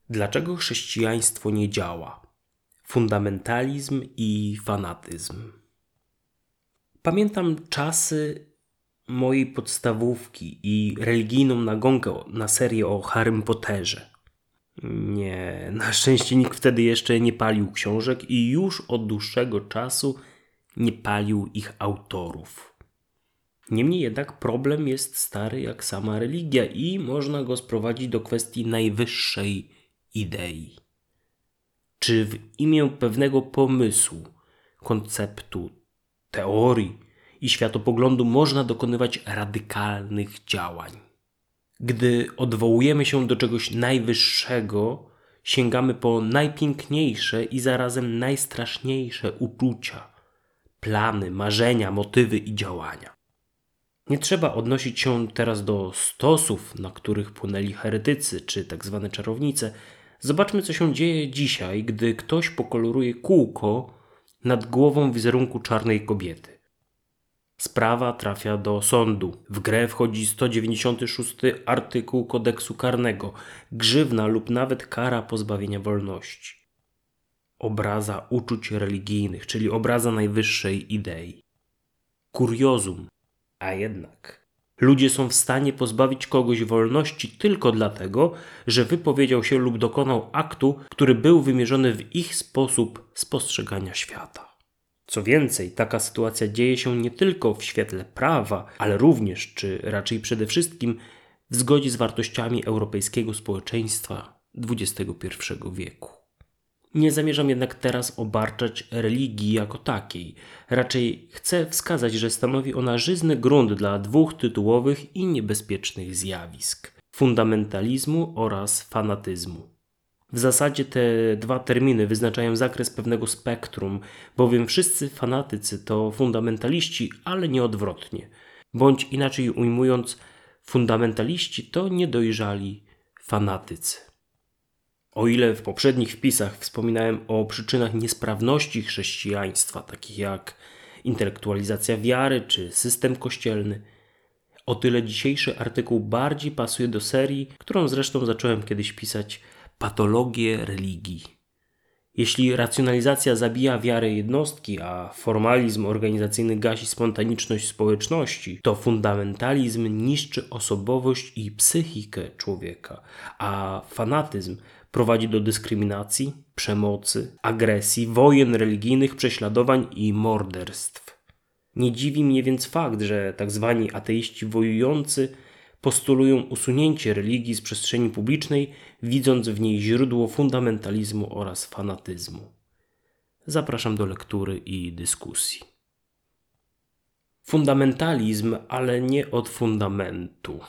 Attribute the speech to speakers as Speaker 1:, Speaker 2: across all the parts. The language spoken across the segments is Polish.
Speaker 1: Dlaczego chrześcijaństwo nie działa? Fundamentalizm i fanatyzm. Pamiętam czasy mojej podstawówki i religijną nagonkę na serię o Harrym Potterze. Nie, na szczęście nikt wtedy jeszcze nie palił książek i już od dłuższego czasu nie palił ich autorów. Niemniej jednak problem jest stary jak sama religia i można go sprowadzić do kwestii najwyższej idei. Czy w imię pewnego pomysłu, konceptu, teorii i światopoglądu można dokonywać radykalnych działań? Gdy odwołujemy się do czegoś najwyższego, sięgamy po najpiękniejsze i zarazem najstraszniejsze uczucia, plany, marzenia, motywy i działania. Nie trzeba odnosić się teraz do stosów, na których płynęli heretycy czy tzw. czarownice. Zobaczmy, co się dzieje dzisiaj, gdy ktoś pokoloruje kółko nad głową wizerunku czarnej kobiety. Sprawa trafia do sądu. W grę wchodzi 196 artykuł kodeksu karnego, grzywna lub nawet kara pozbawienia wolności. Obraza uczuć religijnych, czyli obraza najwyższej idei. Kuriozum. A jednak ludzie są w stanie pozbawić kogoś wolności tylko dlatego, że wypowiedział się lub dokonał aktu, który był wymierzony w ich sposób spostrzegania świata. Co więcej, taka sytuacja dzieje się nie tylko w świetle prawa, ale również, czy raczej przede wszystkim, w zgodzie z wartościami europejskiego społeczeństwa XXI wieku. Nie zamierzam jednak teraz obarczać religii jako takiej. Raczej chcę wskazać, że stanowi ona żyzny grunt dla dwóch tytułowych i niebezpiecznych zjawisk: fundamentalizmu oraz fanatyzmu. W zasadzie te dwa terminy wyznaczają zakres pewnego spektrum, bowiem wszyscy fanatycy to fundamentaliści, ale nie odwrotnie. Bądź inaczej ujmując, fundamentaliści to niedojrzali fanatycy. O ile w poprzednich wpisach wspominałem o przyczynach niesprawności chrześcijaństwa, takich jak intelektualizacja wiary czy system kościelny, o tyle dzisiejszy artykuł bardziej pasuje do serii, którą zresztą zacząłem kiedyś pisać, Patologie religii. Jeśli racjonalizacja zabija wiarę jednostki, a formalizm organizacyjny gasi spontaniczność społeczności, to fundamentalizm niszczy osobowość i psychikę człowieka, a fanatyzm prowadzi do dyskryminacji, przemocy, agresji, wojen religijnych, prześladowań i morderstw. Nie dziwi mnie więc fakt, że tzw. ateiści wojujący postulują usunięcie religii z przestrzeni publicznej, widząc w niej źródło fundamentalizmu oraz fanatyzmu. Zapraszam do lektury i dyskusji. Fundamentalizm, ale nie od fundamentu.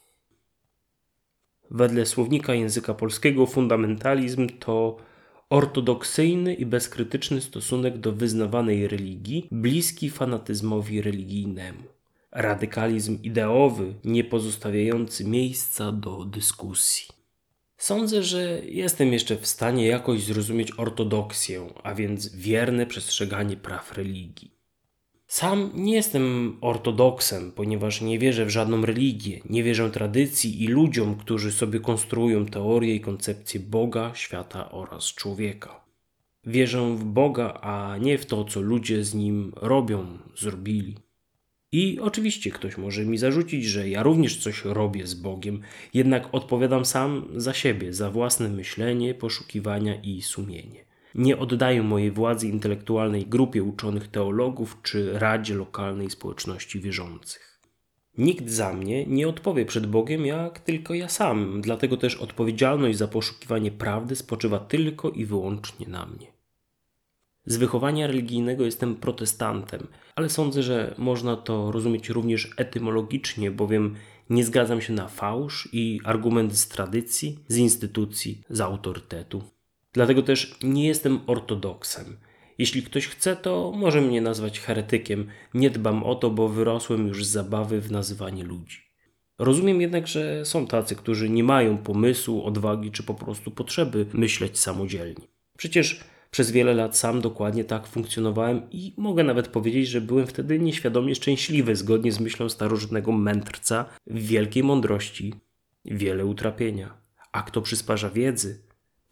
Speaker 1: Wedle słownika języka polskiego fundamentalizm to ortodoksyjny i bezkrytyczny stosunek do wyznawanej religii, bliski fanatyzmowi religijnemu. Radykalizm ideowy, nie pozostawiający miejsca do dyskusji. Sądzę, że jestem jeszcze w stanie jakoś zrozumieć ortodoksję, a więc wierne przestrzeganie praw religii. Sam nie jestem ortodoksem, ponieważ nie wierzę w żadną religię, nie wierzę tradycji i ludziom, którzy sobie konstruują teorie i koncepcje Boga, świata oraz człowieka. Wierzę w Boga, a nie w to, co ludzie z Nim robią, zrobili. I oczywiście ktoś może mi zarzucić, że ja również coś robię z Bogiem, jednak odpowiadam sam za siebie, za własne myślenie, poszukiwania i sumienie. Nie oddaję mojej władzy intelektualnej grupie uczonych teologów czy radzie lokalnej społeczności wierzących. Nikt za mnie nie odpowie przed Bogiem, jak tylko ja sam, dlatego też odpowiedzialność za poszukiwanie prawdy spoczywa tylko i wyłącznie na mnie. Z wychowania religijnego jestem protestantem, ale sądzę, że można to rozumieć również etymologicznie, bowiem nie zgadzam się na fałsz i argument z tradycji, z instytucji, z autorytetu. Dlatego też nie jestem ortodoksem. Jeśli ktoś chce, to może mnie nazwać heretykiem. Nie dbam o to, bo wyrosłem już z zabawy w nazywanie ludzi. Rozumiem jednak, że są tacy, którzy nie mają pomysłu, odwagi czy po prostu potrzeby myśleć samodzielnie. Przecież przez wiele lat sam dokładnie tak funkcjonowałem i mogę nawet powiedzieć, że byłem wtedy nieświadomie szczęśliwy, zgodnie z myślą starożytnego mędrca, w wielkiej mądrości wiele utrapienia. A kto przysparza wiedzy,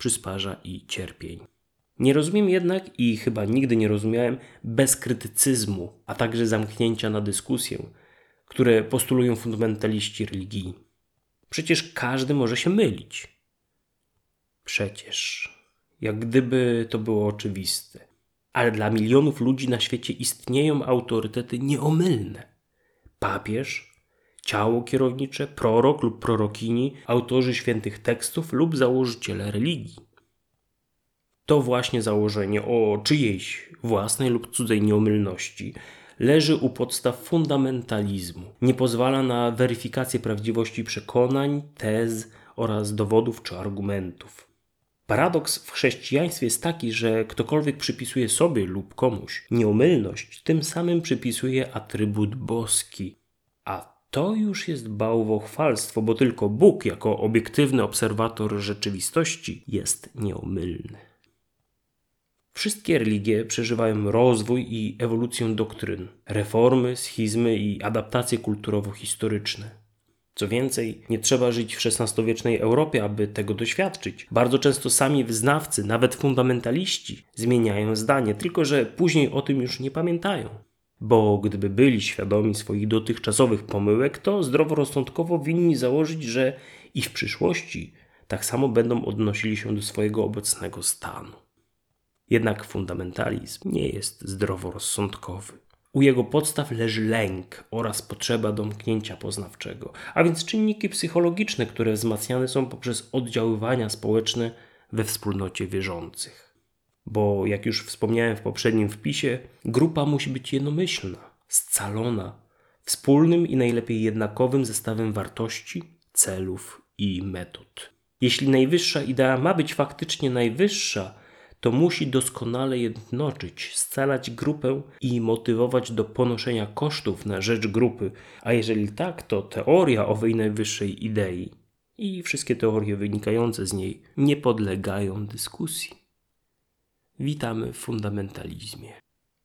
Speaker 1: przysparza i cierpień. Nie rozumiem jednak i chyba nigdy nie rozumiałem bezkrytycyzmu, a także zamknięcia na dyskusję, które postulują fundamentaliści religii. Przecież każdy może się mylić. Przecież, jak gdyby to było oczywiste. Ale dla milionów ludzi na świecie istnieją autorytety nieomylne. Papież, ciało kierownicze, prorok lub prorokini, autorzy świętych tekstów lub założyciele religii. To właśnie założenie o czyjejś własnej lub cudzej nieomylności leży u podstaw fundamentalizmu. Nie pozwala na weryfikację prawdziwości przekonań, tez oraz dowodów czy argumentów. Paradoks w chrześcijaństwie jest taki, że ktokolwiek przypisuje sobie lub komuś nieomylność, tym samym przypisuje atrybut boski. A to już jest bałwochwalstwo, bo tylko Bóg jako obiektywny obserwator rzeczywistości jest nieomylny. Wszystkie religie przeżywają rozwój i ewolucję doktryn, reformy, schizmy i adaptacje kulturowo-historyczne. Co więcej, nie trzeba żyć w XVI-wiecznej Europie, aby tego doświadczyć. Bardzo często sami wyznawcy, nawet fundamentaliści, zmieniają zdanie, tylko że później o tym już nie pamiętają. Bo gdyby byli świadomi swoich dotychczasowych pomyłek, to zdroworozsądkowo winni założyć, że i w przyszłości tak samo będą odnosili się do swojego obecnego stanu. Jednak fundamentalizm nie jest zdroworozsądkowy. U jego podstaw leży lęk oraz potrzeba domknięcia poznawczego, a więc czynniki psychologiczne, które wzmacniane są poprzez oddziaływania społeczne we wspólnocie wierzących. Bo jak już wspomniałem w poprzednim wpisie, grupa musi być jednomyślna, scalona, wspólnym i najlepiej jednakowym zestawem wartości, celów i metod. Jeśli najwyższa idea ma być faktycznie najwyższa, to musi doskonale jednoczyć, scalać grupę i motywować do ponoszenia kosztów na rzecz grupy, a jeżeli tak, to teoria owej najwyższej idei i wszystkie teorie wynikające z niej nie podlegają dyskusji. Witamy w fundamentalizmie.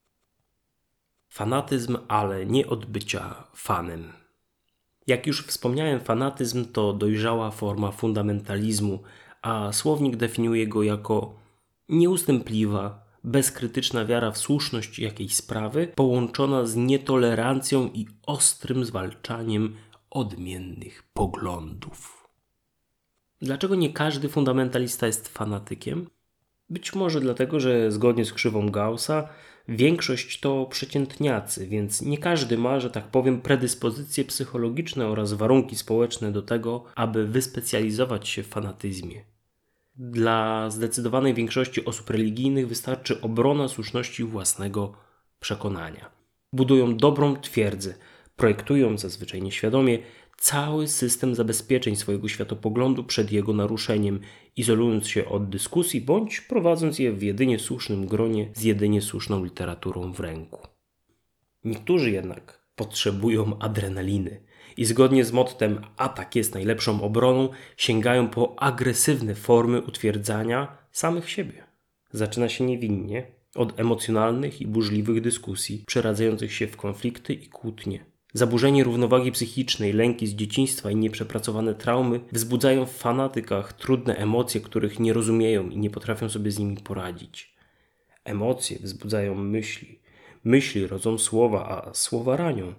Speaker 1: Fanatyzm, ale nie od bycia fanem. Jak już wspomniałem, fanatyzm to dojrzała forma fundamentalizmu, a słownik definiuje go jako nieustępliwa, bezkrytyczna wiara w słuszność jakiejś sprawy, połączona z nietolerancją i ostrym zwalczaniem odmiennych poglądów. Dlaczego nie każdy fundamentalista jest fanatykiem? Być może dlatego, że zgodnie z krzywą Gaussa większość to przeciętniacy, więc nie każdy ma, że tak powiem, predyspozycje psychologiczne oraz warunki społeczne do tego, aby wyspecjalizować się w fanatyzmie. Dla zdecydowanej większości osób religijnych wystarczy obrona słuszności własnego przekonania. Budują dobrą twierdzę, projektują zazwyczaj nieświadomie cały system zabezpieczeń swojego światopoglądu przed jego naruszeniem, izolując się od dyskusji bądź prowadząc je w jedynie słusznym gronie z jedynie słuszną literaturą w ręku. Niektórzy jednak potrzebują adrenaliny i zgodnie z mottem atak jest najlepszą obroną sięgają po agresywne formy utwierdzania samych siebie. Zaczyna się niewinnie, od emocjonalnych i burzliwych dyskusji przeradzających się w konflikty i kłótnie. Zaburzenie równowagi psychicznej, lęki z dzieciństwa i nieprzepracowane traumy wzbudzają w fanatykach trudne emocje, których nie rozumieją i nie potrafią sobie z nimi poradzić. Emocje wzbudzają myśli, myśli rodzą słowa, a słowa ranią,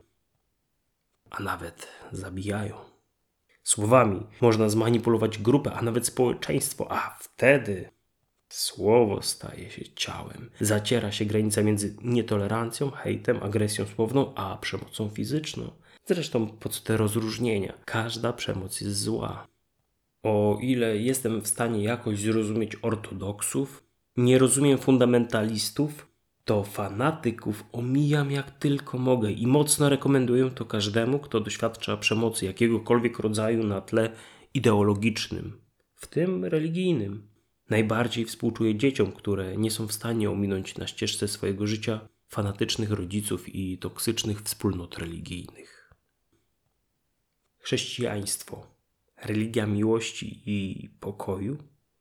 Speaker 1: a nawet zabijają. Słowami można zmanipulować grupę, a nawet społeczeństwo, a wtedy słowo staje się ciałem. Zaciera się granica między nietolerancją, hejtem, agresją słowną, a przemocą fizyczną. Zresztą po co te rozróżnienia? Każda przemoc jest zła. O ile jestem w stanie jakoś zrozumieć ortodoksów, nie rozumiem fundamentalistów, to fanatyków omijam jak tylko mogę i mocno rekomenduję to każdemu, kto doświadcza przemocy jakiegokolwiek rodzaju na tle ideologicznym, w tym religijnym. Najbardziej współczuję dzieciom, które nie są w stanie ominąć na ścieżce swojego życia fanatycznych rodziców i toksycznych wspólnot religijnych. Chrześcijaństwo, religia miłości i pokoju?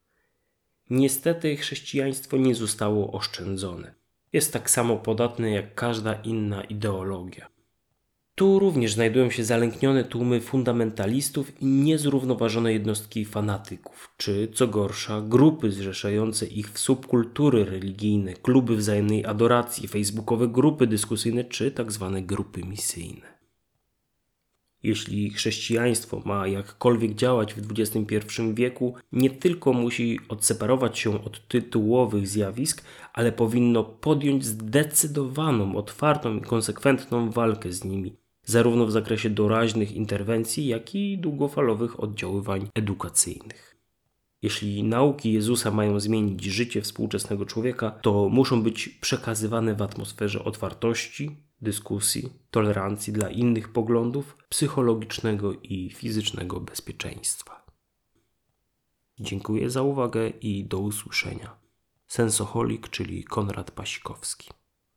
Speaker 1: Niestety chrześcijaństwo nie zostało oszczędzone. Jest tak samo podatne jak każda inna ideologia. Tu również znajdują się zalęknione tłumy fundamentalistów i niezrównoważone jednostki fanatyków, czy co gorsza, grupy zrzeszające ich w subkultury religijne, kluby wzajemnej adoracji, facebookowe grupy dyskusyjne czy tzw. grupy misyjne. Jeśli chrześcijaństwo ma jakkolwiek działać w XXI wieku, nie tylko musi odseparować się od tytułowych zjawisk, ale powinno podjąć zdecydowaną, otwartą i konsekwentną walkę z nimi, zarówno w zakresie doraźnych interwencji, jak i długofalowych oddziaływań edukacyjnych. Jeśli nauki Jezusa mają zmienić życie współczesnego człowieka, to muszą być przekazywane w atmosferze otwartości, dyskusji, tolerancji dla innych poglądów, psychologicznego i fizycznego bezpieczeństwa. Dziękuję za uwagę i do usłyszenia. Sensoholik, czyli Konrad Pasikowski.